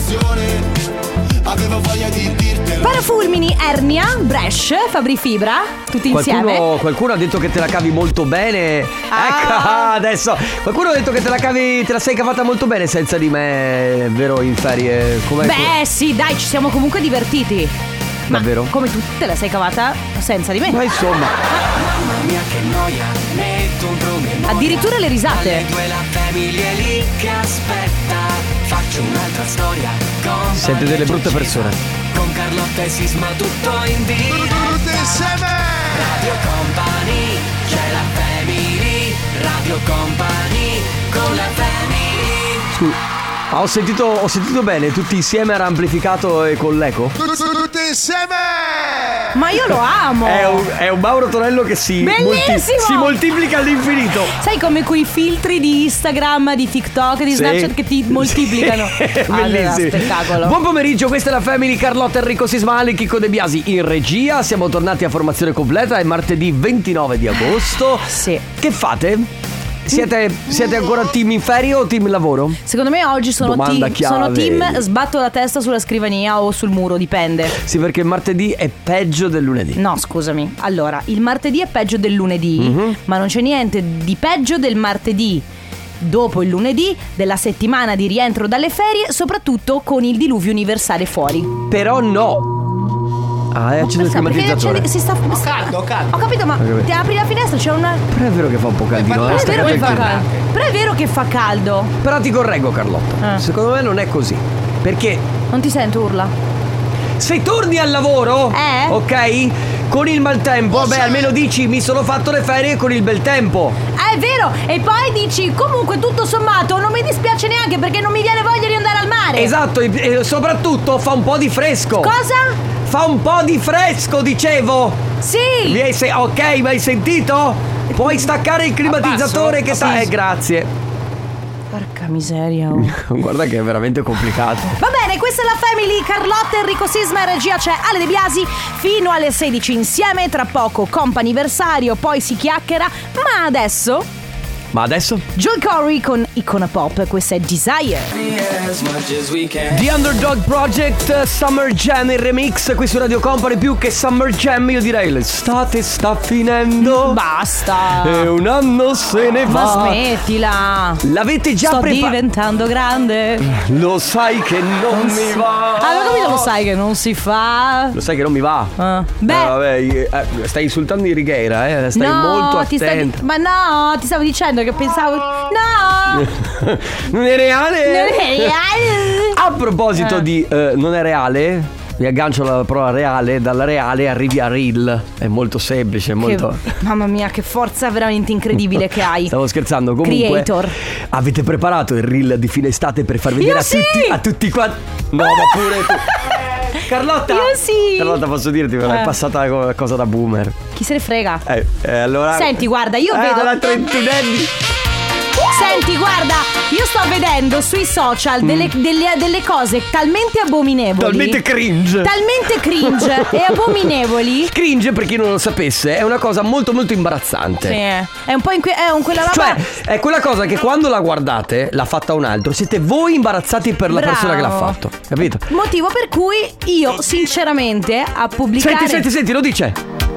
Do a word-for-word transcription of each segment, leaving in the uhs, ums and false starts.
passione. Avevo voglia di dirtelo. Parafulmini, Ernia, Bresh, Fabri Fibra, tutti qualcuno, insieme. Qualcuno ha detto che te la cavi molto bene. Ah. Ecco, adesso qualcuno ha detto che te la cavi, te la sei cavata molto bene senza di me, vero, in ferie. Com'è? Beh sì, dai, ci siamo comunque divertiti. Ma davvero? come tu te la sei cavata senza di me. Ma insomma, Mamma mia che noia, metto un promemoria. Addirittura le risate. Alle due la famiglia è lì che aspetta. Faccio un'altra storia. siete delle brutte persone. Con Carlotta e Sisma tutto in diretta. Tutti insieme. Radio Company, c'è la family. Radio Company, con la family. Scusi, ah, ho sentito, ho sentito bene, tutti insieme era amplificato e con l'eco? Tutti insieme. Ma io lo amo. È un, è un Mauro Tonello che si, Bellissimo! si moltiplica all'infinito. Sai come quei filtri di Instagram, di TikTok, di Sì. Snapchat che ti moltiplicano. Sì. Ah, Bellissimo. spettacolo. Buon pomeriggio, questa è la Family. Carlotta, Enrico Sismali, Chicco De Biasi in regia. Siamo tornati a formazione completa. È martedì ventinove di agosto. Sì. Che fate? Siete, siete ancora team in ferie o team lavoro? Secondo me oggi sono, Domanda team, chiave. sono team sbatto la testa sulla scrivania o sul muro, dipende. Sì, perché il martedì è peggio del lunedì. No, scusami. Allora, il martedì è peggio del lunedì, Mm-hmm. ma non c'è niente di peggio del martedì dopo il lunedì, della settimana di rientro dalle ferie, soprattutto con il diluvio universale fuori. Però no. Ah, è acceso il Perché climatizzatore. accendi- si sta Ho caldo, ho caldo. Ho capito, ma Ho capito. ti apri la finestra, c'è una. Però è vero che fa un po' caldino. Però eh, è sta vero che fa caldo. caldo. Però è vero che fa caldo. Però ti correggo, Carlotta. Eh. Secondo me non è così. Perché Non ti sento urla. se torni al lavoro, Eh? ok? Con il maltempo, vabbè, almeno dici mi sono fatto le ferie con il bel tempo. Ah, è vero. E poi dici comunque tutto sommato non mi dispiace neanche perché non mi viene voglia di andare al mare. Esatto, e, e soprattutto fa un po' di fresco. Cosa? Fa un po' di fresco, dicevo. Sì. Mi hai se- ok, mi hai sentito? Puoi staccare il climatizzatore Abbasso, che sta. abbasso. Eh, grazie. Porca miseria. oh. Guarda che è veramente complicato. Va bene, questa è la Family. Carlotta, Enrico Sisma e regia c'è Ale De Biasi fino alle sedici insieme. Tra poco comp'anniversario, poi si chiacchiera. Ma adesso Ma adesso? Joel Corey con Icona Pop. Questa è Desire. As much as we can. The Underdog Project, Summer Jam in remix qui su Radio Company. Più che Summer Jam io direi l'estate sta finendo. Basta. E un anno se ne va. Ma smettila. L'avete già Sto preparato? diventando grande. Lo sai che non mi va. Ah, ma capito, lo sai che non si fa. Lo sai che non mi va. Ah. Beh. Eh, vabbè, eh, stai insultando i Righeira, eh. Stai no, molto ti stai attento. di- ma no, ti stavo dicendo che pensavo. No. Non è reale? Non è reale. A proposito Eh. di eh, non è reale, mi aggancio alla parola reale. Dalla reale arrivi a real. È molto semplice, è molto. Che- mamma mia, che forza veramente incredibile che hai. Stavo scherzando. Comunque, Creator. avete preparato il reel di fine estate per far vedere Io a sì! tutti a tutti quanti. No, ma pure tu. Carlotta. Io sì. Carlotta, posso dirti, Eh. è passata come cosa da boomer. Chi se ne frega? Eh, eh, allora. Senti, guarda, io eh, vedo- la trentunenni. Senti, guarda, io sto vedendo sui social delle, delle, delle cose talmente abominevoli. Mm. Talmente cringe. Talmente cringe e abominevoli. Cringe, per chi non lo sapesse, è una cosa molto molto imbarazzante. Sì, è un po' in que- è un quella roba. Cioè, è quella cosa che quando la guardate, l'ha fatta un altro, siete voi imbarazzati per la Bravo. persona che l'ha fatto. Capito? Motivo per cui io, sinceramente, a pubblicare. Senti, senti, senti, lo dice.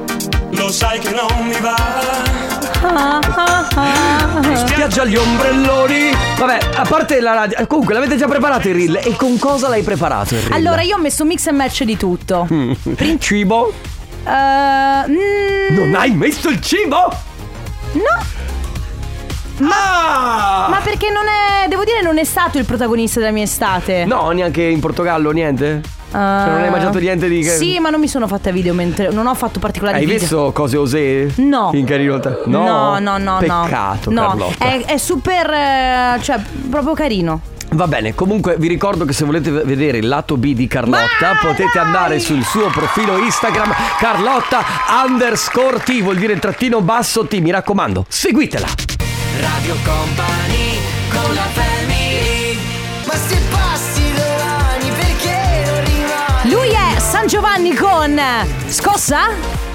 Lo sai che non mi va. Ah, ah, ah. Spiaggia gli ombrelloni. Vabbè, a parte la radio. Comunque, l'avete già preparato il reel? E con cosa l'hai preparato il reel? Allora, io ho messo mix and match di tutto. Prin- Cibo? Eh, mm, Non hai messo il cibo? no. Ma, Ma perché non è. Devo dire, non è stato il protagonista della mia estate. no, neanche in Portogallo, niente? Uh, Cioè, non hai mangiato niente di che- Sì, ma non mi sono fatta video mentre. Non ho fatto particolari Hai video. visto cose osè? No. In carino te? No, no, no, no. Peccato, no. Carlotta. È, è super. eh, Cioè, proprio carino. Va bene, comunque vi ricordo che se volete vedere il lato B di Carlotta Ma potete dai! andare sul suo profilo Instagram Carlotta underscore T, vuol dire trattino basso T, mi raccomando, seguitela. Radio Company con la family. Ma se passi domani perché non rimani? Lui è San Giovanni con Scossa?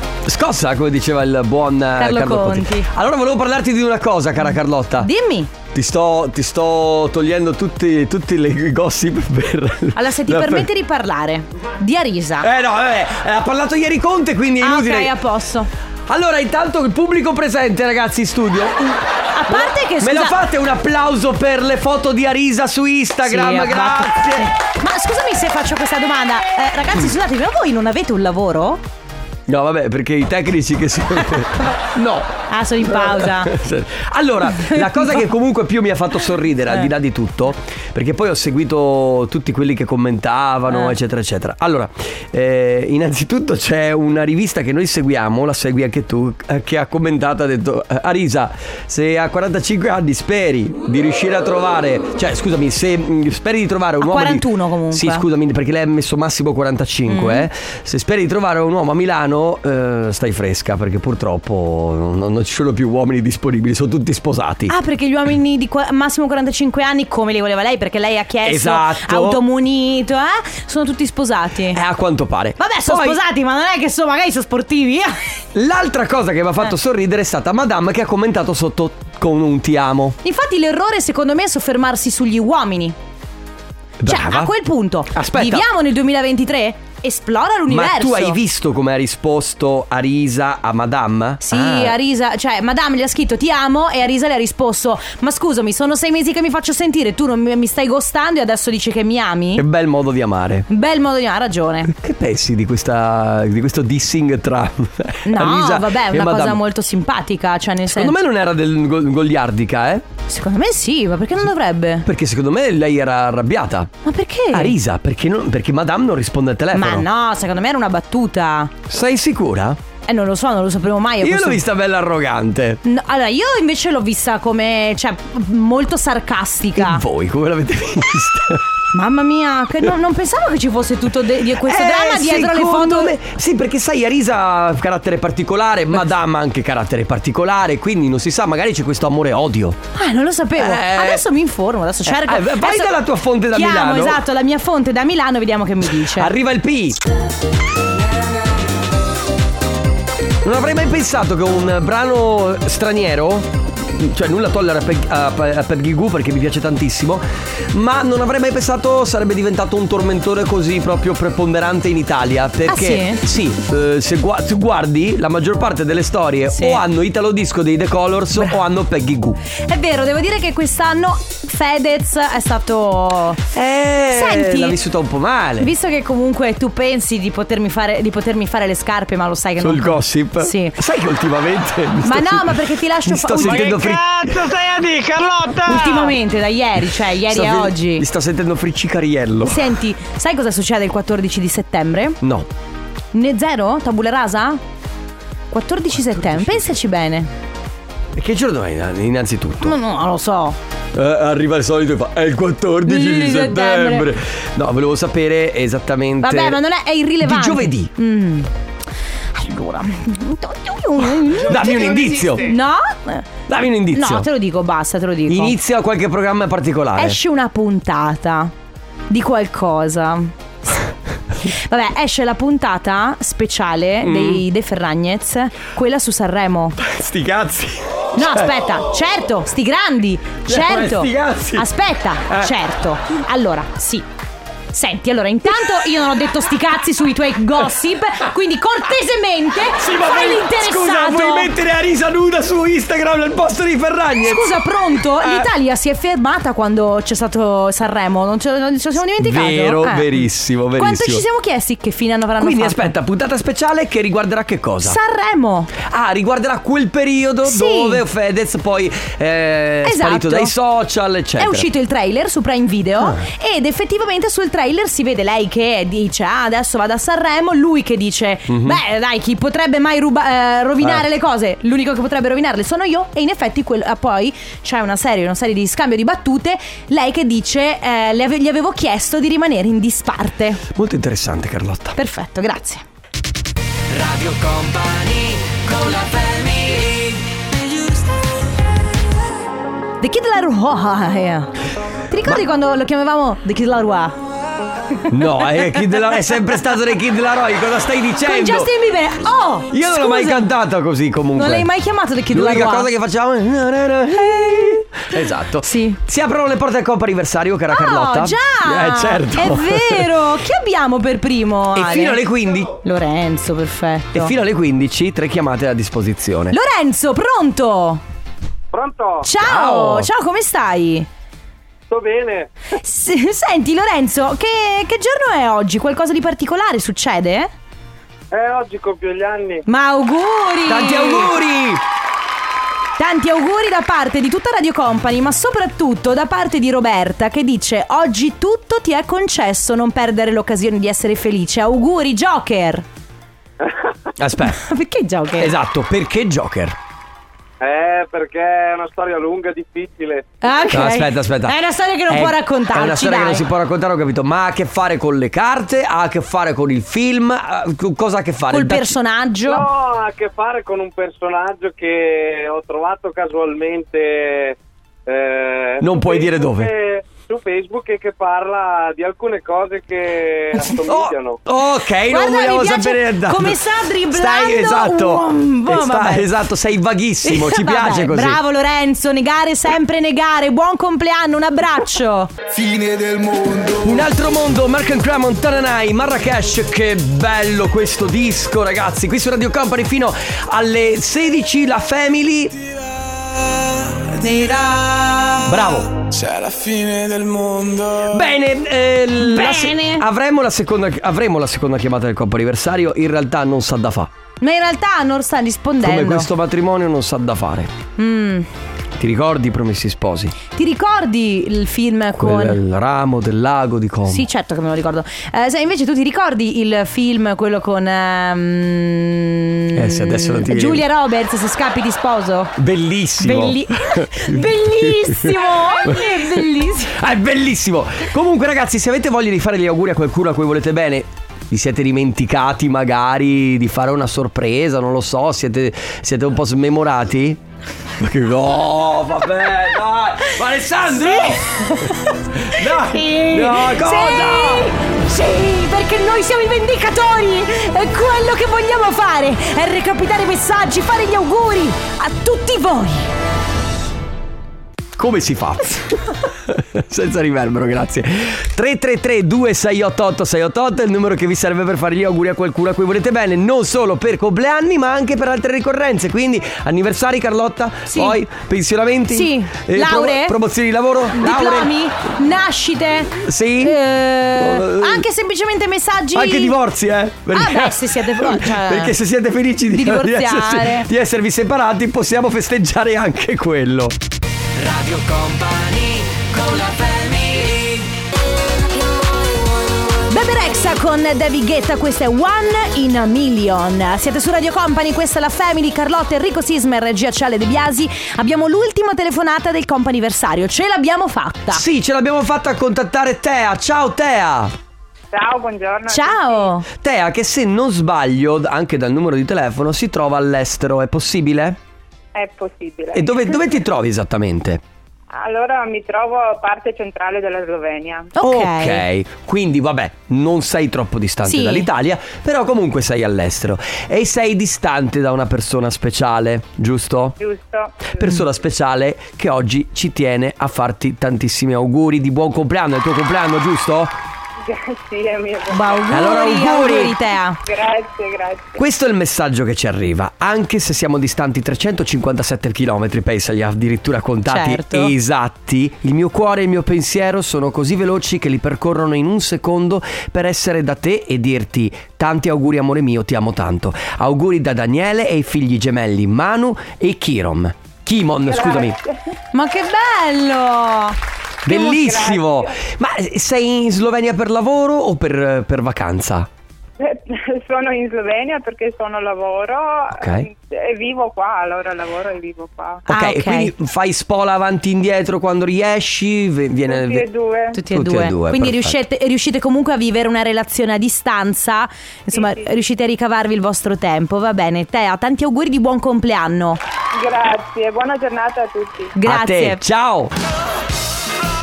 Scossa, come diceva il buon eh, Carlo Conti. Allora volevo parlarti di una cosa, cara Carlotta. Dimmi. Ti sto, ti sto togliendo tutti, tutti le gossip per... Allora, se ti la permette per... di parlare di Arisa. Eh no, vabbè, ha parlato ieri Conte, quindi è ah, inutile. ok, a posto. Allora, intanto il pubblico presente, ragazzi, in studio. A parte che scusa... Me lo fate un applauso per le foto di Arisa su Instagram, sì, grazie. Ma scusami se faccio questa domanda. Eh, ragazzi, scusatemi, ma voi non avete un lavoro? No, vabbè, perché i tecnici che sono... No. Ah, sono in pausa. Allora, la cosa che comunque più mi ha fatto sorridere, al di là di tutto, perché poi ho seguito tutti quelli che commentavano, eh. eccetera, eccetera. Allora, eh, innanzitutto c'è una rivista che noi seguiamo, la segui anche tu, eh, che ha commentato, ha detto: Arisa, se a quarantacinque anni speri di riuscire a trovare, cioè scusami, se mh, speri di trovare un a uomo quarantuno di... comunque. Sì, scusami, perché lei ha messo massimo quarantacinque, mm. eh. Se speri di trovare un uomo a Milano, eh, stai fresca, perché purtroppo non, non ci sono più uomini disponibili, sono tutti sposati. Ah, perché gli uomini di qua- massimo quarantacinque anni, come li voleva lei, perché lei ha chiesto, esatto, automunito, eh? Sono tutti sposati. Eh, a quanto pare. Vabbè, sono Poi, sposati, ma non è che so, magari sono sportivi. L'altra cosa che mi ha fatto eh. sorridere è stata Madame, che ha commentato sotto con un ti amo. Infatti l'errore secondo me è soffermarsi sugli uomini. Brava. Cioè, a quel punto, aspetta, viviamo nel duemilaventitré? Esplora l'universo. Ma tu hai visto come ha risposto Arisa a Madame? Sì, ah. Arisa, cioè Madame gli ha scritto ti amo e Arisa le ha risposto: ma scusami, sono sei mesi che mi faccio sentire, tu non mi, mi stai ghostando e adesso dici che mi ami? Che bel modo di amare. Bel modo di amare, ha ragione. Che pensi di questa di questo dissing tra no, Arisa vabbè, è e una Madame? cosa molto simpatica, cioè nel secondo senso... me non era del go- goliardica, eh? Secondo me sì, ma perché non dovrebbe? Perché secondo me lei era arrabbiata. Ma perché? Arisa, perché, non, perché Madame non risponde al telefono. Ma no, secondo me era una battuta. Sei sicura? Eh, non lo so, non lo sapremo mai. Io questo... l'ho vista bella arrogante. No, allora, io invece l'ho vista come, cioè, molto sarcastica. E voi come l'avete vista? Mamma mia, che non, non pensavo che ci fosse tutto de- di questo eh, dramma dietro le foto. Me, sì, perché sai, Arisa ha carattere particolare, Madame ha anche carattere particolare, quindi non si sa, magari c'è questo amore-odio. Ah, non lo sapevo. Eh, adesso mi informo, adesso cerco. Eh, vai adesso dalla tua fonte da chiamo, Milano. Esatto, la mia fonte da Milano, vediamo che mi dice. Arriva il P. Non avrei mai pensato che un brano straniero, cioè nulla tollera a, a, a Peggy Goo perché mi piace tantissimo, ma non avrei mai pensato sarebbe diventato un tormentore così proprio preponderante in Italia. Perché ah, sì, sì eh, se gu- tu guardi la maggior parte delle storie sì. o hanno Italo Disco dei The Colors Bra- o hanno Peggy Goo. È vero, devo dire che quest'anno Fedez è stato eh, Senti, l'ha vissuta un po' male. Visto che comunque tu pensi di potermi fare di potermi fare le scarpe, ma lo sai che sul non gossip. Sì. Sai che ultimamente ma no, ma perché ti lascio mi sto fa- sentendo Che cazzo stai a dire, Carlotta? Ultimamente, da ieri, cioè ieri sto e fi- oggi. Mi sto sentendo friccicariello. Senti, sai cosa succede il quattordici di settembre? No. Ne zero? Tabula rasa? quattordici settembre, pensaci bene. E che giorno è innanzitutto? No, no, non lo so. Eh, arriva il solito e fa è il quattordici di settembre. settembre. No, volevo sapere esattamente. Vabbè, ma non è, è irrilevante. Di giovedì. Mm. Allora, dammi un indizio. No? Dammi un indizio. No, te lo dico, basta, te lo dico. Inizia qualche programma particolare. Esce una puntata di qualcosa. Vabbè, esce la puntata speciale mm. dei De Ferragnez, quella su Sanremo. Sti cazzi. No, aspetta, certo, sti grandi. Certo. Sti cazzi. Aspetta, eh. certo. Allora, sì. Senti, allora, intanto io non ho detto sti cazzi sui tuoi gossip, quindi cortesemente sì, fai vuoi, l'interessato. Scusa, vuoi mettere Arisa nuda su Instagram al posto di Ferragnez? Scusa, pronto? Eh. L'Italia si è fermata quando c'è stato Sanremo, non ce, non ce lo siamo dimenticato? Vero, eh. verissimo, verissimo. Quanto ci siamo chiesti che fine avranno Quindi fatto? aspetta, puntata speciale che riguarderà che cosa? Sanremo. Ah, riguarderà quel periodo sì. dove Fedez poi è esatto. sparito dai social, eccetera. È uscito il trailer su Prime Video ah. ed effettivamente sul trailer si vede lei che dice ah, adesso vado a Sanremo, lui che dice mm-hmm. beh dai, chi potrebbe mai ruba- eh, rovinare eh. le cose? L'unico che potrebbe rovinarle sono io. E in effetti quel- ah, poi c'è una serie una serie di scambio di battute, lei che dice eh, le ave- gli avevo chiesto di rimanere in disparte. Molto interessante, Carlotta. Perfetto, grazie. Radio Company con la family. The Kid Laroi. Ti ricordi Ma... quando lo chiamavamo The Kid Laroi? No, è, Kid La- è sempre stato dei Kid Laroi. Cosa stai dicendo? Con Justin Bieber. Oh, io non scusa. l'ho mai cantata così comunque. Non l'hai mai chiamato The Kid L'unica Laroi? cosa che facciamo è hey, Esatto. Sì. Si aprono le porte del compo anniversario, cara Oh, Carlotta. già! Eh, certo. È vero. Chi abbiamo per primo? E Ale? fino alle quindici. Lorenzo, perfetto. E fino alle quindici, tre chiamate a disposizione. Lorenzo, pronto? Pronto? Ciao, Ciao. ciao, come stai? Sto bene. S- senti Lorenzo, che, che giorno è oggi? Qualcosa di particolare succede? Eh, oggi compio gli anni. Ma auguri! Tanti auguri! Tanti auguri da parte di tutta Radio Company, ma soprattutto da parte di Roberta, che dice: oggi tutto ti è concesso, non perdere l'occasione di essere felice. Auguri Joker. Aspetta. Perché Joker? Esatto, perché Joker? Eh, perché è una storia lunga, difficile. Ah, ok. No, aspetta, aspetta. È una storia che non È- può raccontarci. È una storia dai. che non si può raccontare, ho capito. Ma ha a che fare con le carte? Ha a che fare con il film? Eh, co- Cosa ha a che fare? Col Dacci- personaggio. No, ha a che fare con un personaggio che ho trovato casualmente. eh, Non su puoi dire Facebook dove. e- Su Facebook e che parla di alcune cose che assomigliano. Oh, ok, non Guarda, vogliamo mi piace sapere niente. come sta dribblando. Stai, esatto. Um, E sta- vabbè. esatto, sei vaghissimo, ci Vabbè, piace così. Bravo Lorenzo, negare sempre negare. Buon compleanno, un abbraccio. Fine del mondo. Un altro mondo, Mark and Cramon, Tananai, Marrakesh. Che bello questo disco, ragazzi. Qui su Radio Company fino alle sedici, la Family. Bravo. C'è la fine del mondo. Bene, eh, la se- Bene. avremo, la seconda, avremo la seconda chiamata del compo anniversario. In realtà non sa da fa. Ma in realtà non sta rispondendo. Come questo matrimonio non sa da fare. Mm. Ti ricordi i Promessi Sposi? Ti ricordi il film con... Quel ramo del lago di Como. Sì, certo che me lo ricordo. Eh, se invece tu ti ricordi il film, quello con ehm, Eh, se adesso non ti viene- Giulia Roberts, Se scappi di sposo? Bellissimo. Belli- Bellissimo. È bellissimo. Ah, è bellissimo. Comunque ragazzi, se avete voglia di fare gli auguri a qualcuno a cui volete bene, vi siete dimenticati magari di fare una sorpresa, non lo so, siete, siete un po' smemorati? Ma che no, vabbè, dai. Ma Alessandro! Dai, Sì. no, cosa? Sì, sì, perché noi siamo i vendicatori. E quello che vogliamo fare è recapitare messaggi, fare gli auguri a tutti voi. Come si fa? Senza riverbero, grazie. tre tre tre due sei otto otto sei otto otto è il numero che vi serve per fare gli auguri a qualcuno a cui volete bene, non solo per compleanni ma anche per altre ricorrenze. Quindi anniversari, Carlotta. Sì. Poi pensionamenti. Sì. eh, Lauree. promozioni di lavoro. Lauree. Diplomi, nascite. Sì. Eh, Eh, anche semplicemente messaggi. Anche divorzi, eh? Ah, beh, se siete pro- cioè, Perché se siete felici di, di di, divorziare. essersi- di esservi separati, possiamo festeggiare anche quello. Radio Company con la family. Bebe Rexha con David Guetta, questa è One in a Million. Siete su Radio Company, questa è la Family, Carlotta, Enrico Sismer, regia Ciale De Biasi. Abbiamo l'ultima telefonata del comp'anniversario, ce l'abbiamo fatta. Sì, ce l'abbiamo fatta a contattare Tea. Ciao Tea. Ciao, buongiorno. Ciao. Tea, che se non sbaglio, anche dal numero di telefono, si trova all'estero, è possibile? È possibile. E dove, dove ti trovi esattamente? Allora mi trovo a parte centrale della Slovenia. Ok. Quindi vabbè, non sei troppo distante Sì. dall'Italia, però comunque sei all'estero. E sei distante da una persona speciale, giusto? Giusto? Persona speciale che oggi ci tiene a farti tantissimi auguri di buon compleanno. È il tuo compleanno, giusto? Sì, è mio. Ma auguri, Allora, auguri. auguri Tea. Grazie, grazie. Questo è il messaggio che ci arriva. Anche se siamo distanti trecentocinquantasette chilometri, pensa, li ha addirittura contati Certo. esatti, il mio cuore e il mio pensiero sono così veloci che li percorrono in un secondo per essere da te e dirti tanti auguri amore mio, ti amo tanto. Auguri da Daniele e i figli gemelli Manu e Kirom. Kimon, scusami. Ma che bello. Bellissimo. Ma sei in Slovenia per lavoro o per, per vacanza? Sono in Slovenia perché sono lavoro Ok. e vivo qua, allora lavoro e vivo qua. Ok, Ah, e ok. quindi fai spola avanti e indietro quando riesci? v- Viene, Tutti e due. Tutti e Tutti due. e due, Quindi perfetto. riuscite, riuscite comunque a vivere una relazione a distanza. Insomma, Sì, sì. riuscite a ricavarvi il vostro tempo. Va bene, Tea, tanti auguri di buon compleanno. Grazie, buona giornata a tutti. Grazie. A te, ciao.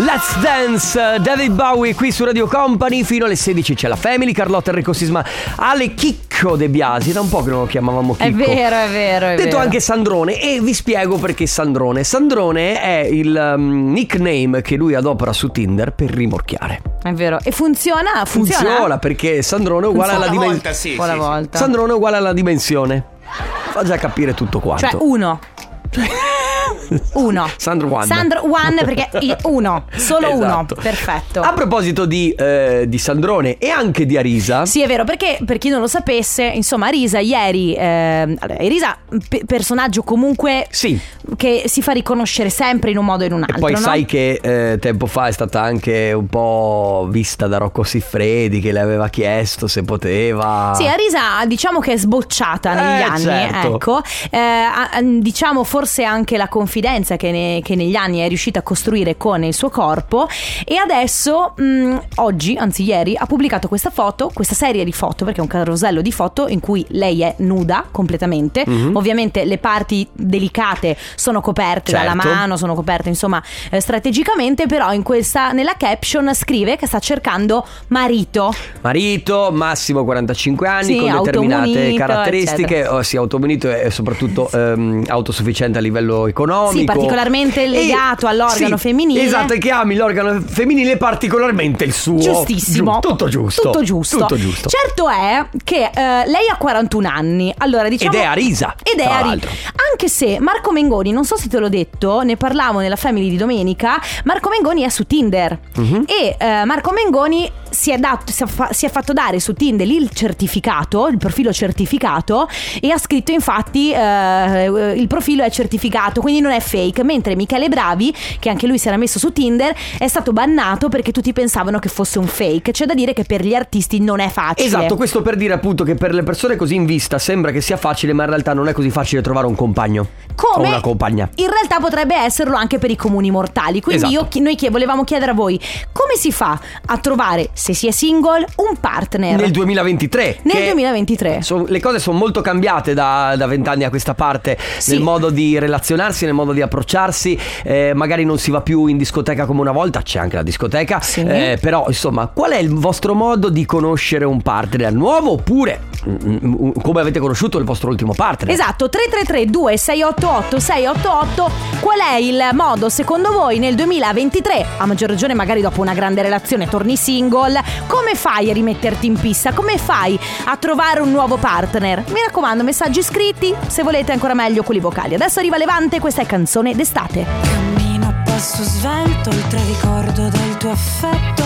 Let's Dance, David Bowie qui su Radio Company. Fino alle sedici c'è la Family, Carlotta, Enrico Sisma, Ale Chicco De Biasi. Da un po' che non lo chiamavamo Chicco. È vero, è vero, è Detto vero. anche Sandrone. E vi spiego perché Sandrone. Sandrone è il um, nickname che lui adopera su Tinder per rimorchiare. È vero. E funziona? Funziona, Funziona perché Sandrone è uguale alla dimensione. volta, sì, Un po' alla sì, volta. Sandrone è uguale alla dimensione. Fa già capire tutto quanto. Cioè uno. Uno. Sandro One. Sandro One perché il- uno. Solo Esatto. uno. Perfetto. A proposito di, eh, di Sandrone e anche di Arisa. Sì, è vero, perché per chi non lo sapesse, insomma, Arisa ieri, eh, allora, Arisa, pe- personaggio comunque Sì. che si fa riconoscere sempre in un modo o in un altro. E poi no? sai che eh, tempo fa è stata anche un po' vista da Rocco Siffredi, che le aveva chiesto se poteva. Sì, Arisa diciamo che è sbocciata negli Eh, anni, certo. ecco. Eh, a- a- diciamo forse anche la confidenza che, ne- che negli anni è riuscita a costruire con il suo corpo. E adesso, mh, oggi, anzi ieri, ha pubblicato questa foto, questa serie di foto, perché è un carosello di foto in cui lei è nuda completamente. Mhm. Ovviamente le parti delicate sono coperte Certo. dalla mano, sono coperte insomma eh, strategicamente, però in questa, nella caption scrive che sta cercando marito. Marito, massimo quarantacinque anni, Sì, con determinate automunito, caratteristiche, eccetera. oh, sì, automunito e soprattutto ehm, autosufficiente a livello economico. Sì, particolarmente legato all'organo sì, femminile. Esatto, e che ami l'organo femminile, particolarmente il suo. Giustissimo. Giu- tutto giusto. Tutto giusto. Tutto giusto. Certo è che eh, lei ha quarantuno anni. Allora diciamo Ed è Arisa, Ed è tra Arisa. l'altro. Anche se Marco Mengoni, non so se te l'ho detto, ne parlavo nella Family di domenica. Marco Mengoni è su Tinder. Mhm. E eh, Marco Mengoni si è, dato, si, è fa- si è fatto dare su Tinder il certificato, il profilo certificato, e ha scritto infatti eh, il profilo è certificato, quindi non è fake. Mentre Michele Bravi, che anche lui si era messo su Tinder, è stato bannato perché tutti pensavano che fosse un fake. C'è da dire che per gli artisti non è facile. Esatto, questo per dire appunto che per le persone così in vista sembra che sia facile, ma in realtà non è così facile trovare un compagno. Come O una compagna. in realtà potrebbe esserlo anche per i comuni mortali. Quindi Esatto. io, chi- noi chi- volevamo chiedere a voi come si fa a trovare, se si è single, un partner Nel duemilaventitré. nel che duemilaventitré. son- le cose sono molto cambiate da da vent'anni a questa parte, Sì. nel modo di relazionarsi, nel modo di approcciarsi. eh, Magari non si va più in discoteca come una volta, c'è anche la discoteca. Sì. eh, Però insomma, qual è il vostro modo di conoscere un partner nuovo? Oppure mm, mm, come avete conosciuto il vostro ultimo partner? Esatto, tre tre tre due sei otto otto sei otto otto. Qual è il modo secondo voi nel duemilaventitré, a maggior ragione magari dopo una grande relazione torni single, come fai a rimetterti in pista? Come fai a trovare un nuovo partner? Mi raccomando, messaggi scritti, se volete ancora meglio quelli vocali. Adesso arriva Levante, questa è Canzone d'estate. Cammino a passo svelto, oltre ricordo del tuo affetto.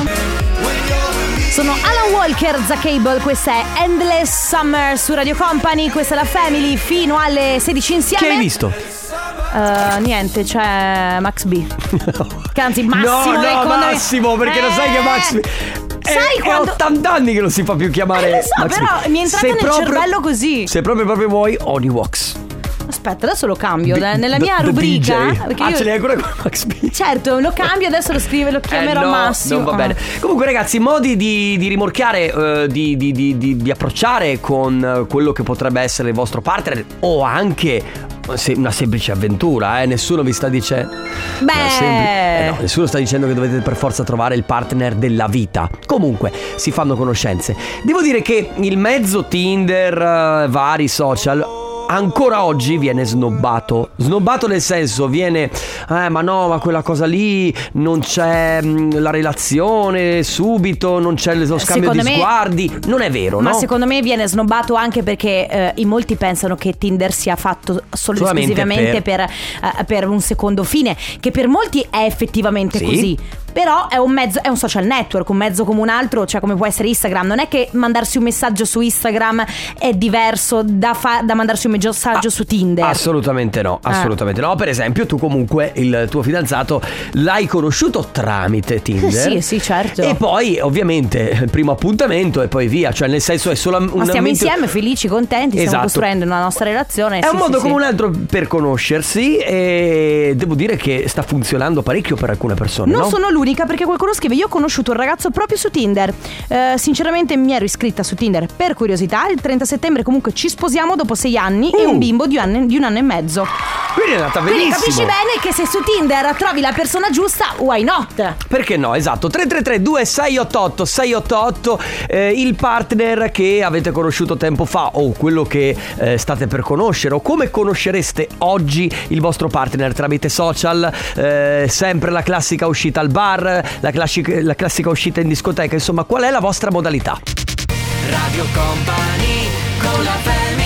Sono Alan Walker, Zac Cable, questa è Endless Summer su Radio Company, questa è la Family fino alle sedici insieme. Che hai visto? Uh, niente, c'è Max B. Che anzi Massimo No, no, secondo me- Massimo, perché lo sai che Max B- È, Sai è quando- ottanta anni che non si fa più chiamare. Eh, lo so, Max B. però mi è entrato Se nel proprio- cervello così. Se proprio proprio vuoi, Onivox. Aspetta, adesso lo cambio. The- Nella the- mia the rubrica. D J. Perché Ah, io- ce l'hai ancora con Max B? Certo, lo cambio, adesso lo scrive, lo chiamerò Eh no, Massimo. non va Ah. bene. Comunque ragazzi, modi di, di rimorchiare, eh, di, di, di, di, di approcciare con eh, quello che potrebbe essere il vostro partner, o anche se- una semplice avventura, eh? Nessuno vi sta dicendo. Beh. Una sempli- eh no, nessuno sta dicendo che dovete per forza trovare il partner della vita. Comunque si fanno conoscenze. Devo dire che il mezzo Tinder, eh, vari social, ancora oggi viene snobbato. Snobbato nel senso, viene eh ma no, ma quella cosa lì non c'è mh, la relazione subito, non c'è lo scambio Secondo di me- sguardi. Non è vero, Ma no? secondo me viene snobbato anche perché eh, in molti pensano che Tinder sia fatto solo Solamente esclusivamente per, eh, per un secondo fine, che per molti è effettivamente Sì. così. Però è un mezzo, è un social network, un mezzo come un altro, cioè come può essere Instagram. Non è che mandarsi un messaggio su Instagram è diverso da, fa- da mandarsi un messaggio Ah, su Tinder. Assolutamente no, assolutamente no. Per esempio, tu comunque il tuo fidanzato l'hai conosciuto tramite Tinder. Sì, sì, certo. E poi ovviamente il primo appuntamento e poi via. Cioè nel senso è solo un Ma stiamo ambiente- insieme, felici, contenti, stiamo Esatto. costruendo una nostra relazione. È Sì, un modo sì, come sì. un altro per conoscersi, e devo dire che sta funzionando parecchio per alcune persone. Non no? sono l'unica unica perché qualcuno scrive: io ho conosciuto un ragazzo proprio su Tinder. Eh, sinceramente mi ero iscritta su Tinder per curiosità. Il trenta settembre comunque ci sposiamo dopo sei anni uh. e un bimbo di un, anno, di un anno e mezzo. Quindi è andata benissimo. Quindi capisci bene che se su Tinder trovi la persona giusta, why not? Perché no, esatto. Tre tre tre due sei otto otto sei otto otto, eh, il partner che avete conosciuto tempo fa o quello che eh, state per conoscere, o come conoscereste oggi il vostro partner tramite social, eh, sempre la classica uscita al bar, la classica, la classica uscita in discoteca, insomma, qual è la vostra modalità? Radio Company con la family.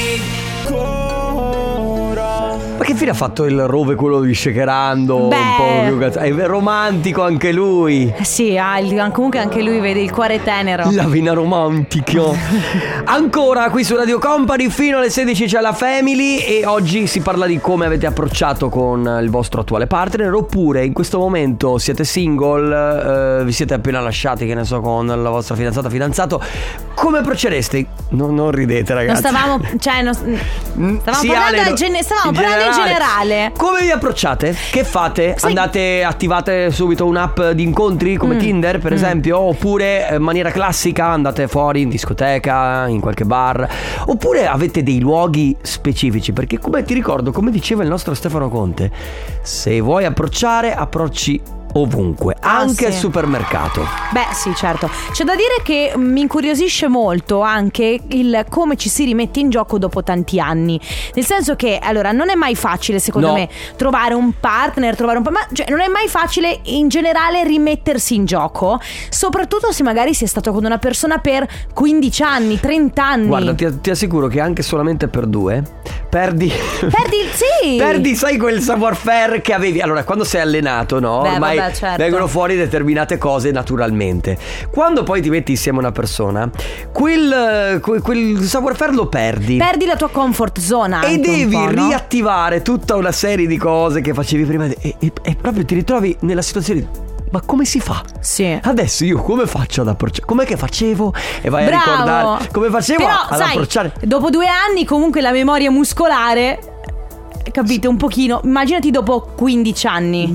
Ma che fine ha fatto il Rove, quello di Shakerando? Beh, un po' più cazzo. È romantico anche lui. Sì, ah, il, comunque anche lui vede il cuore tenero. La vina romantico. Ancora qui su Radio Company fino alle sedici c'è la Family. E oggi si parla di come avete approcciato con il vostro attuale partner. Oppure in questo momento siete single, eh, vi siete appena lasciati, che ne so, con la vostra fidanzata, fidanzato. Come approccereste? No, non ridete, ragazzi. Non stavamo, cioè, non, stavamo sì, parlando, Ale, gen- stavamo in parlando in generale. Come vi approcciate? Che fate? Sai... Andate, attivate subito un'app di incontri come mm. Tinder, per mm. esempio? Oppure in maniera classica andate fuori in discoteca, in qualche bar? Oppure avete dei luoghi specifici? Perché come ti ricordo, come diceva il nostro Stefano Conte, se vuoi approcciare, approcci ovunque, ah, anche sì. al supermercato. Beh sì, certo. C'è da dire che mi incuriosisce molto anche il come ci si rimette in gioco dopo tanti anni. Nel senso che, allora, non è mai facile secondo no. me trovare un partner, trovare un pa- ma cioè, non è mai facile in generale rimettersi in gioco, soprattutto se magari si è stato con una persona per quindici anni, trenta anni. Guarda, ti, ti assicuro che anche solamente per due perdi Perdi, sì. Perdi, sai, quel savoir-faire che avevi. Allora, quando sei allenato, no? Beh, Ormai vabbè, certo. vengono fuori determinate cose naturalmente. Quando poi ti metti insieme a una persona, quel, quel, quel savoir-faire lo perdi. Perdi la tua comfort zone anche e devi un po', no? riattivare tutta una serie di cose che facevi prima e, e, e proprio ti ritrovi nella situazione di: ma come si fa? Sì. Adesso io come faccio ad approcciare? Com'è che facevo? E vai Bravo. a ricordare come facevo. Però, ad sai, approcciare. Dopo due anni comunque la memoria muscolare, capite, un pochino. Immaginati dopo quindici anni.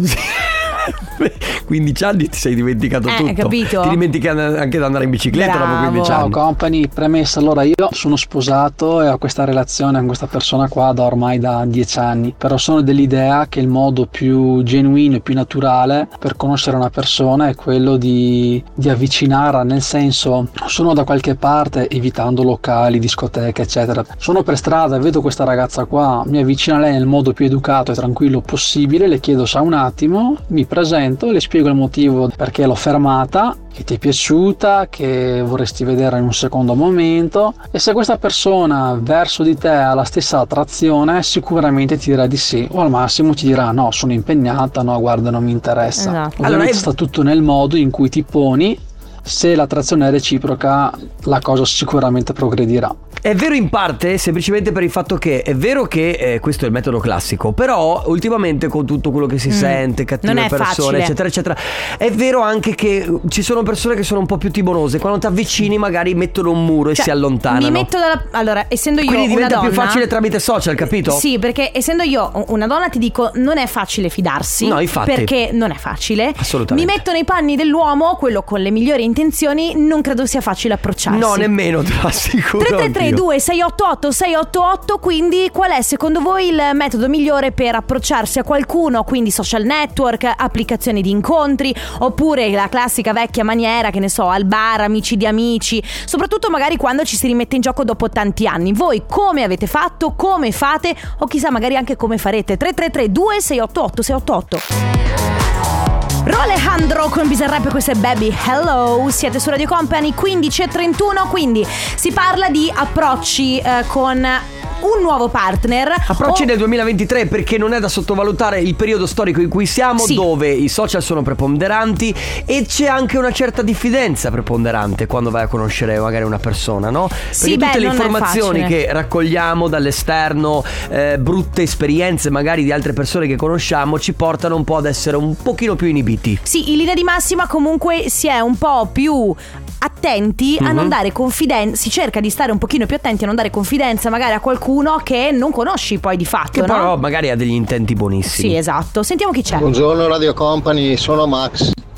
quindici anni ti sei dimenticato eh, tutto. Capito? Ti dimentichi anche di andare in bicicletta. Bravo. Dopo quindici anni. Ciao Company, premessa, allora io sono sposato e ho questa relazione con questa persona qua da ormai da dieci anni. Però sono dell'idea che il modo più genuino e più naturale per conoscere una persona è quello di, di avvicinarla, nel senso, sono da qualche parte, evitando locali, discoteche eccetera, sono per strada e vedo questa ragazza qua, mi avvicino a lei nel modo più educato e tranquillo possibile, le chiedo se ha un attimo, mi presento, le spiego il motivo perché l'ho fermata, che ti è piaciuta, che vorresti vedere in un secondo momento, e se questa persona verso di te ha la stessa attrazione sicuramente ti dirà di sì, o al massimo ti dirà no, sono impegnata, no, guarda, non mi interessa. Esatto. Ovviamente allora, sta tutto nel modo in cui ti poni. Se l'attrazione è reciproca, la cosa sicuramente progredirà. È vero in parte, semplicemente per il fatto che è vero che eh, questo è il metodo classico, però ultimamente con tutto quello che si mm. sente, cattive persone, facile. eccetera eccetera, è vero anche che ci sono persone che sono un po' più timorose, quando ti avvicini magari mettono un muro cioè, e si allontanano. Mi metto dalla... Allora, essendo io quindi diventa una donna, più facile tramite social, capito? Sì, perché essendo io una donna ti dico non è facile fidarsi. No, infatti. Perché non è facile. Assolutamente. Mi metto nei panni dell'uomo, quello con le migliori intenzioni, non credo sia facile approcciarsi. No, nemmeno, te lo assicuro. tre tre tre due sei otto otto sei otto otto. Quindi qual è secondo voi il metodo migliore per approcciarsi a qualcuno? Quindi social network, applicazioni di incontri, oppure la classica vecchia maniera, che ne so, al bar, amici di amici, soprattutto magari quando ci si rimette in gioco dopo tanti anni. Voi come avete fatto, come fate, o chissà magari anche come farete? Tre tre tre due sei otto otto sei otto otto. Rolejandro con Bizarrap, questo è Baby Hello. Siete su Radio Company, quindici e trentuno. Quindi si parla di approcci eh, con un nuovo partner. Approcci o... nel duemilaventitré, perché non è da sottovalutare il periodo storico in cui siamo, sì. dove i social sono preponderanti e c'è anche una certa diffidenza preponderante quando vai a conoscere magari una persona, no? Sì, perché beh, tutte le informazioni che raccogliamo dall'esterno, eh, brutte esperienze magari di altre persone che conosciamo, ci portano un po' ad essere un pochino più inibiti. Sì, in linea di massima comunque si è un po' più attenti mm-hmm. a non dare confidenza. Si cerca di stare un pochino più attenti a non dare confidenza magari a qualcuno che non conosci poi di fatto, che no? però magari ha degli intenti buonissimi. Sì, esatto. Sentiamo chi c'è. Buongiorno Radio Company, sono Max.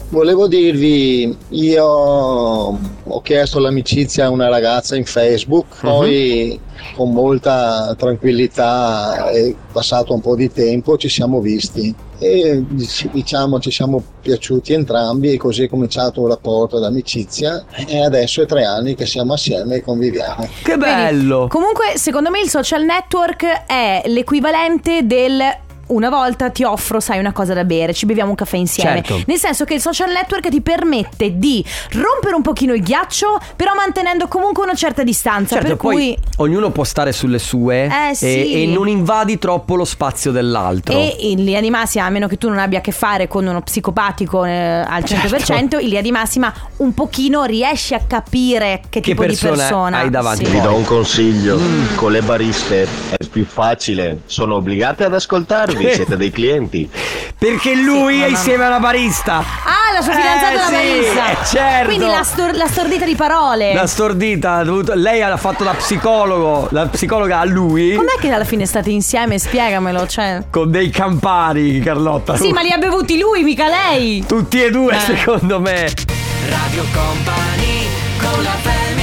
volevo dirvi, io ho chiesto l'amicizia a una ragazza in Facebook, poi uh-huh. con molta tranquillità è passato un po' di tempo, ci siamo visti e diciamo ci siamo piaciuti entrambi e così è cominciato un rapporto d'amicizia e adesso è tre anni che siamo assieme e conviviamo. Che bello! Quindi, comunque secondo me il social network è l'equivalente del una volta ti offro, sai, una cosa da bere, ci beviamo un caffè insieme. Certo. Nel senso che il social network ti permette di rompere un pochino il ghiaccio, però mantenendo comunque una certa distanza. Certo, per poi cui ognuno può stare sulle sue eh, sì. e, e non invadi troppo lo spazio dell'altro. E in linea di massima, a meno che tu non abbia a che fare con uno psicopatico eh, al cento per cento, certo. in linea di massima un pochino riesci a capire che, che tipo persona di persona hai davanti. Sì. Vi do un consiglio, mm. con le bariste è più facile, sono obbligate ad ascoltarvi. Siete dei clienti. Perché lui sì, è insieme alla barista. Ah, la sua fidanzata eh, è la sì, barista eh, certo. Quindi la, stor- la stordita di parole. La stordita dovuto... Lei ha fatto da psicologo. La psicologa a lui. Com'è che alla fine state insieme? Spiegamelo, cioè. Con dei campari, Carlotta. Sì, ma li ha bevuti lui, mica lei. Tutti e due, eh. secondo me. Radio Company con la family.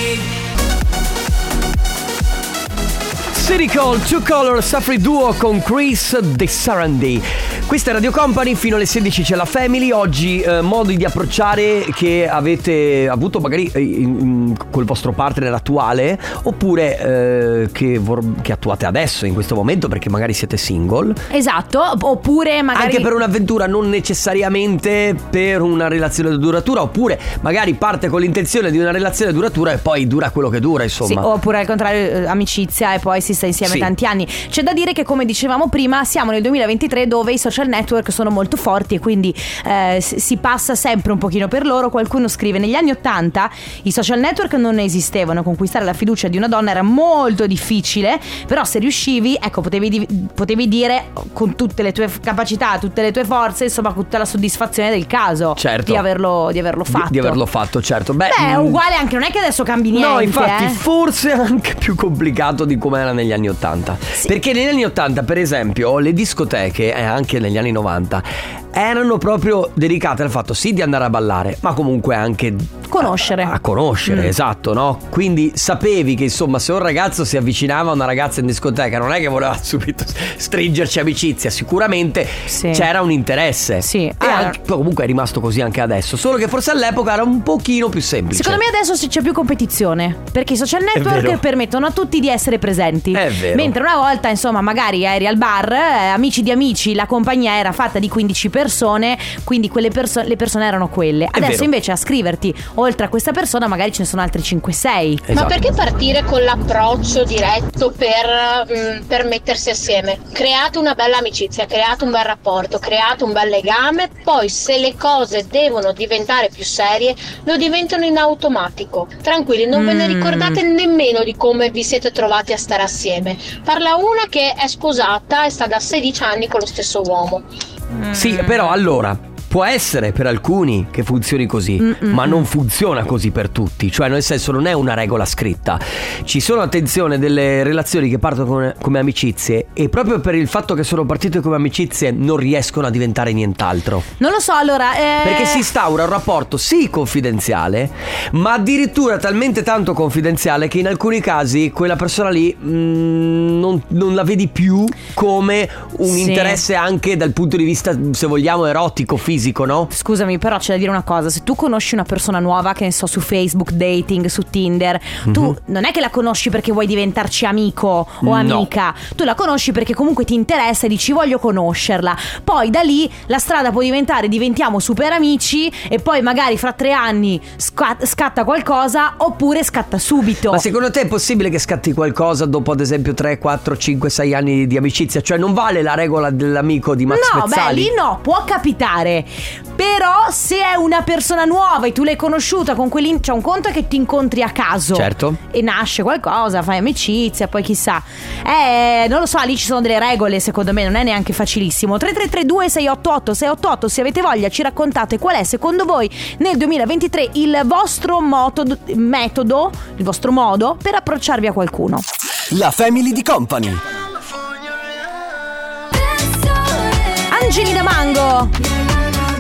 City Call, Two Color, Safri Duo con Chris De Sarandì. Questa è Radio Company, fino alle sedici c'è la Family. Oggi eh, modi di approcciare che avete avuto magari in, in, col vostro partner attuale, oppure eh, che, vor- che attuate adesso in questo momento perché magari siete single. Esatto, oppure magari anche per un'avventura, non necessariamente per una relazione duratura, oppure magari parte con l'intenzione di una relazione duratura e poi dura quello che dura, insomma. Sì, oppure al contrario amicizia e poi si sta insieme sì. tanti anni. C'è da dire che, come dicevamo prima, siamo nel duemilaventitré dove i social network sono molto forti e quindi eh, si passa sempre un pochino per loro. Qualcuno scrive: negli anni ottanta i social network non esistevano, conquistare la fiducia di una donna era molto difficile, però se riuscivi, ecco, potevi, di- potevi dire con tutte le tue capacità, tutte le tue forze, insomma, con tutta la soddisfazione del caso, certo. di averlo, di averlo fatto di, di averlo fatto, certo. Beh, Beh, è mh... uguale anche, non è che adesso cambi niente. No, infatti eh? forse è anche più complicato di come era negli anni ottanta, sì. Perché negli anni ottanta, per esempio, le discoteche, e eh, anche negli anni novanta, erano proprio dedicate al fatto sì di andare a ballare, ma comunque anche conoscere. A, a conoscere, mm. esatto, no? Quindi sapevi che, insomma, se un ragazzo si avvicinava a una ragazza in discoteca, non è che voleva subito stringerci amicizia, sicuramente sì. c'era un interesse. Sì. E allora, anche, comunque è rimasto così anche adesso, solo che forse all'epoca era un pochino più semplice. Secondo me adesso c'è più competizione, perché i social network permettono a tutti di essere presenti. È vero. Mentre una volta, insomma, magari eri al bar, eh, amici di amici, la compagnia era fatta di quindici persone, quindi quelle perso- le persone erano quelle. È Adesso vero. invece a scriverti oltre a questa persona magari ce ne sono altri cinque sei. Esatto. Ma perché partire con l'approccio diretto per, mh, per mettersi assieme? Create una bella amicizia, create un bel rapporto, create un bel legame, poi se le cose devono diventare più serie lo diventano in automatico. Tranquilli, non mm. ve ne ricordate nemmeno di come vi siete trovati a stare assieme. Parla una che è sposata e sta da sedici anni con lo stesso uomo. Mm. Sì, però allora può essere per alcuni che funzioni così, Mm-mm. ma non funziona così per tutti. Cioè, nel senso, non è una regola scritta. Ci sono, attenzione, delle relazioni che partono come, come amicizie, e proprio per il fatto che sono partite come amicizie non riescono a diventare nient'altro. Non lo so, allora eh... perché si instaura un rapporto sì confidenziale, ma addirittura talmente tanto confidenziale che in alcuni casi quella persona lì mh, non, non la vedi più come un sì. interesse anche dal punto di vista, se vogliamo, erotico, fisico. No? Scusami, però c'è da dire una cosa: se tu conosci una persona nuova, che ne so, su Facebook Dating, su Tinder, mm-hmm. tu non è che la conosci perché vuoi diventarci amico o amica, no. Tu la conosci perché comunque ti interessa e dici voglio conoscerla. Poi da lì la strada può diventare diventiamo super amici e poi magari fra tre anni scat- scatta qualcosa, oppure scatta subito. Ma secondo te è possibile che scatti qualcosa dopo, ad esempio, tre, quattro, cinque, sei anni di amicizia? Cioè non vale la regola dell'amico di Max no, Pezzali? No, beh, lì no, può capitare. Però se è una persona nuova e tu l'hai conosciuta con quell'in... c'è un conto è che ti incontri a caso, certo, e nasce qualcosa, fai amicizia, poi chissà. Eh, non lo so, lì ci sono delle regole, secondo me non è neanche facilissimo. Tre tre tre due sei otto otto sei otto otto, se avete voglia ci raccontate qual è secondo voi nel duemilaventitré il vostro moto- metodo, il vostro modo per approcciarvi a qualcuno. La Family di Company. Angelina Mango,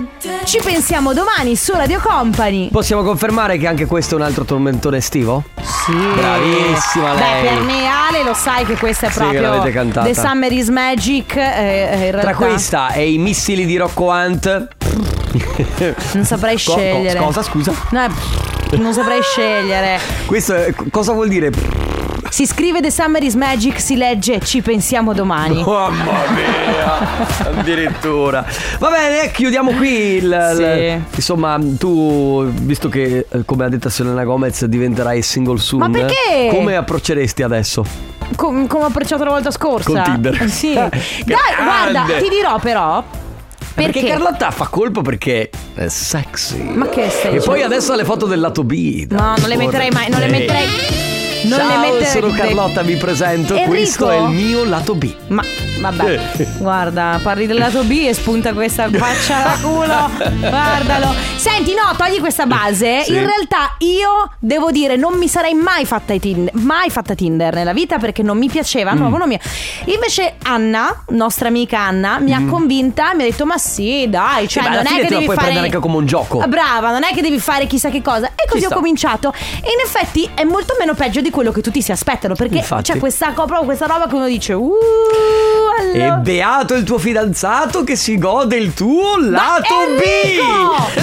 Ci pensiamo domani su Radio Company. Possiamo confermare che anche questo è un altro tormentone estivo? Sì. Bravissima lei. Beh, per me Ale lo sai che questa è Sì, proprio che l'avete cantata. The Summer is Magic, eh, in realtà. Tra questa e i missili di Rocco Hunt non saprei Co- scegliere. co- Cosa scusa? No, non saprei scegliere. Questo è, cosa vuol dire? Si scrive The Summer is Magic, si legge Ci pensiamo domani. Mamma mia, addirittura. Va bene, chiudiamo qui il, Sì. il- Insomma, tu, visto che eh, come ha detto Selena Gomez diventerai single soon, Ma perché? come approcceresti adesso? Com- come ho approcciato la volta scorsa. Con Tinder. Sì. Che Dai, guarda, grande. ti dirò però. Perché, Perché? Carlotta fa colpo perché è sexy. Ma che stai E dicendo? poi adesso ha le foto del lato B. No, non le metterei mai, non le Ehi. metterei. Non Ciao, le metterei. sono Carlotta, vi presento. Enrico? Questo è il mio lato B. Ma vabbè, guarda, parli del lato B e spunta questa faccia da culo. Guardalo. Senti, no, togli questa base. Sì. In realtà io devo dire, non mi sarei mai fatta i Tinder, mai fatta Tinder nella vita perché non mi piaceva. No, Mm. non mi... Invece Anna, nostra amica Anna, mi ha convinta, mi ha detto: ma sì, dai, cioè Sì, ma alla non è fine che te la devi puoi fare prendere anche come un gioco. Ah, brava, non è che devi fare chissà che cosa. E così Ci ho sta. cominciato. E in effetti è molto meno peggio di quello che tutti si aspettano. Perché Infatti. c'è questa, proprio questa roba che uno dice: uh, E allora. beato il tuo fidanzato che si gode il tuo lato B.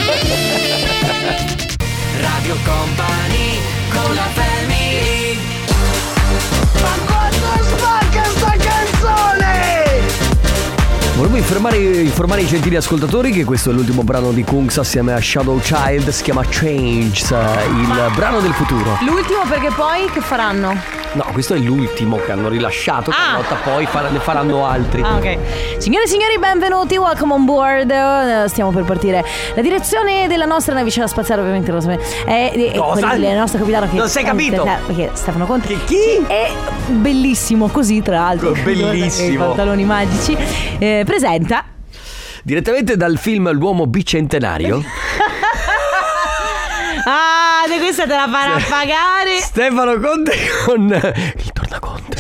Radio Company con la family. Ma quanto spacca sta canzone! Volevo informare, informare i gentili ascoltatori che questo è l'ultimo brano di Kungs assieme a Shadow Child. Si chiama Change, il brano del futuro. L'ultimo perché poi che faranno? No, questo è l'ultimo che hanno rilasciato. Ah. Carlotta, poi far- ne faranno altri. Ah, ok. Signore e signori, benvenuti, welcome on board. Eh, Stiamo per partire. La direzione della nostra navicella spaziale, ovviamente lo sapete, è, è Cosa? quella del nostro capitano che Non sei capito? eh, Perché Stefano Conte. Che chi? È bellissimo così, tra l'altro. Bellissimo. I pantaloni magici. Eh, presenta. Direttamente dal film L'uomo bicentenario. Ah, di questa te la farà pagare. Stefano Conte con il tornaconte.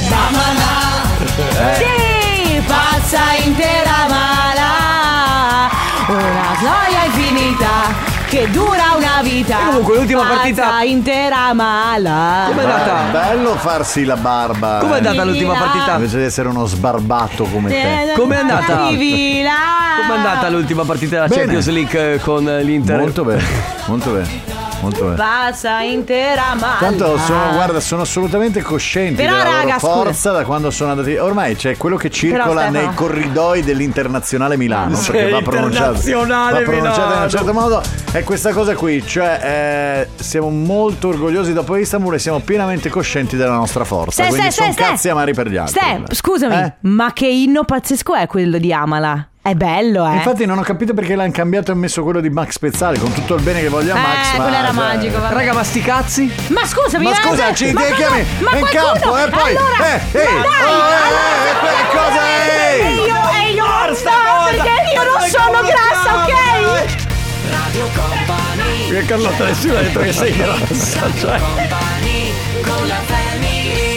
Sì, pazza intera mala, una gioia infinita che dura una vita. E comunque l'ultima partita- Pazza intera mala. Com'è andata? Bello farsi la barba. Com'è eh. andata l'ultima partita? Invece di essere uno sbarbato come te. Com'è andata? Vivi là. Com'è andata l'ultima partita della Bene. Champions League con l'Inter? Molto bene, molto bene. Molto bene. Pazza intera mala. Tanto sono, guarda, sono assolutamente coscienti Però, della raga, loro scusa. forza da quando sono andati. Ormai c'è quello che circola Stefano. nei corridoi dell'Internazionale Milano. Sì, Perché va pronunciato, Internazionale va pronunciato in Milano. un certo modo. È questa cosa qui. Cioè, eh, siamo molto orgogliosi dopo Istanbul e siamo pienamente coscienti della nostra forza. Ste, quindi ste, sono ste, ste. cazzi amari per gli altri. Ste, scusami, Eh? ma che inno pazzesco è quello di Amala? È bello, eh? Infatti non ho capito perché l'hanno cambiato e messo quello di Max Pezzali, con tutto il bene che voglio a Eh, Max. ma, quello era cioè, magico, vabbè. Raga, ma sti cazzi? Ma scusami, Ma eh, scusa, eh, ci ma chiami ma in qualcuno- campo e poi allora, eh, ma ehi, dai, oh, eh, allora, eh, che ma cosa dai, è? e io, e io non sta so cosa? perché io non Ma sono come grassa, chiama? ok? Radio Company. Che Carlotta nessuno ha detto che sei grassa, cioè. Company con la family.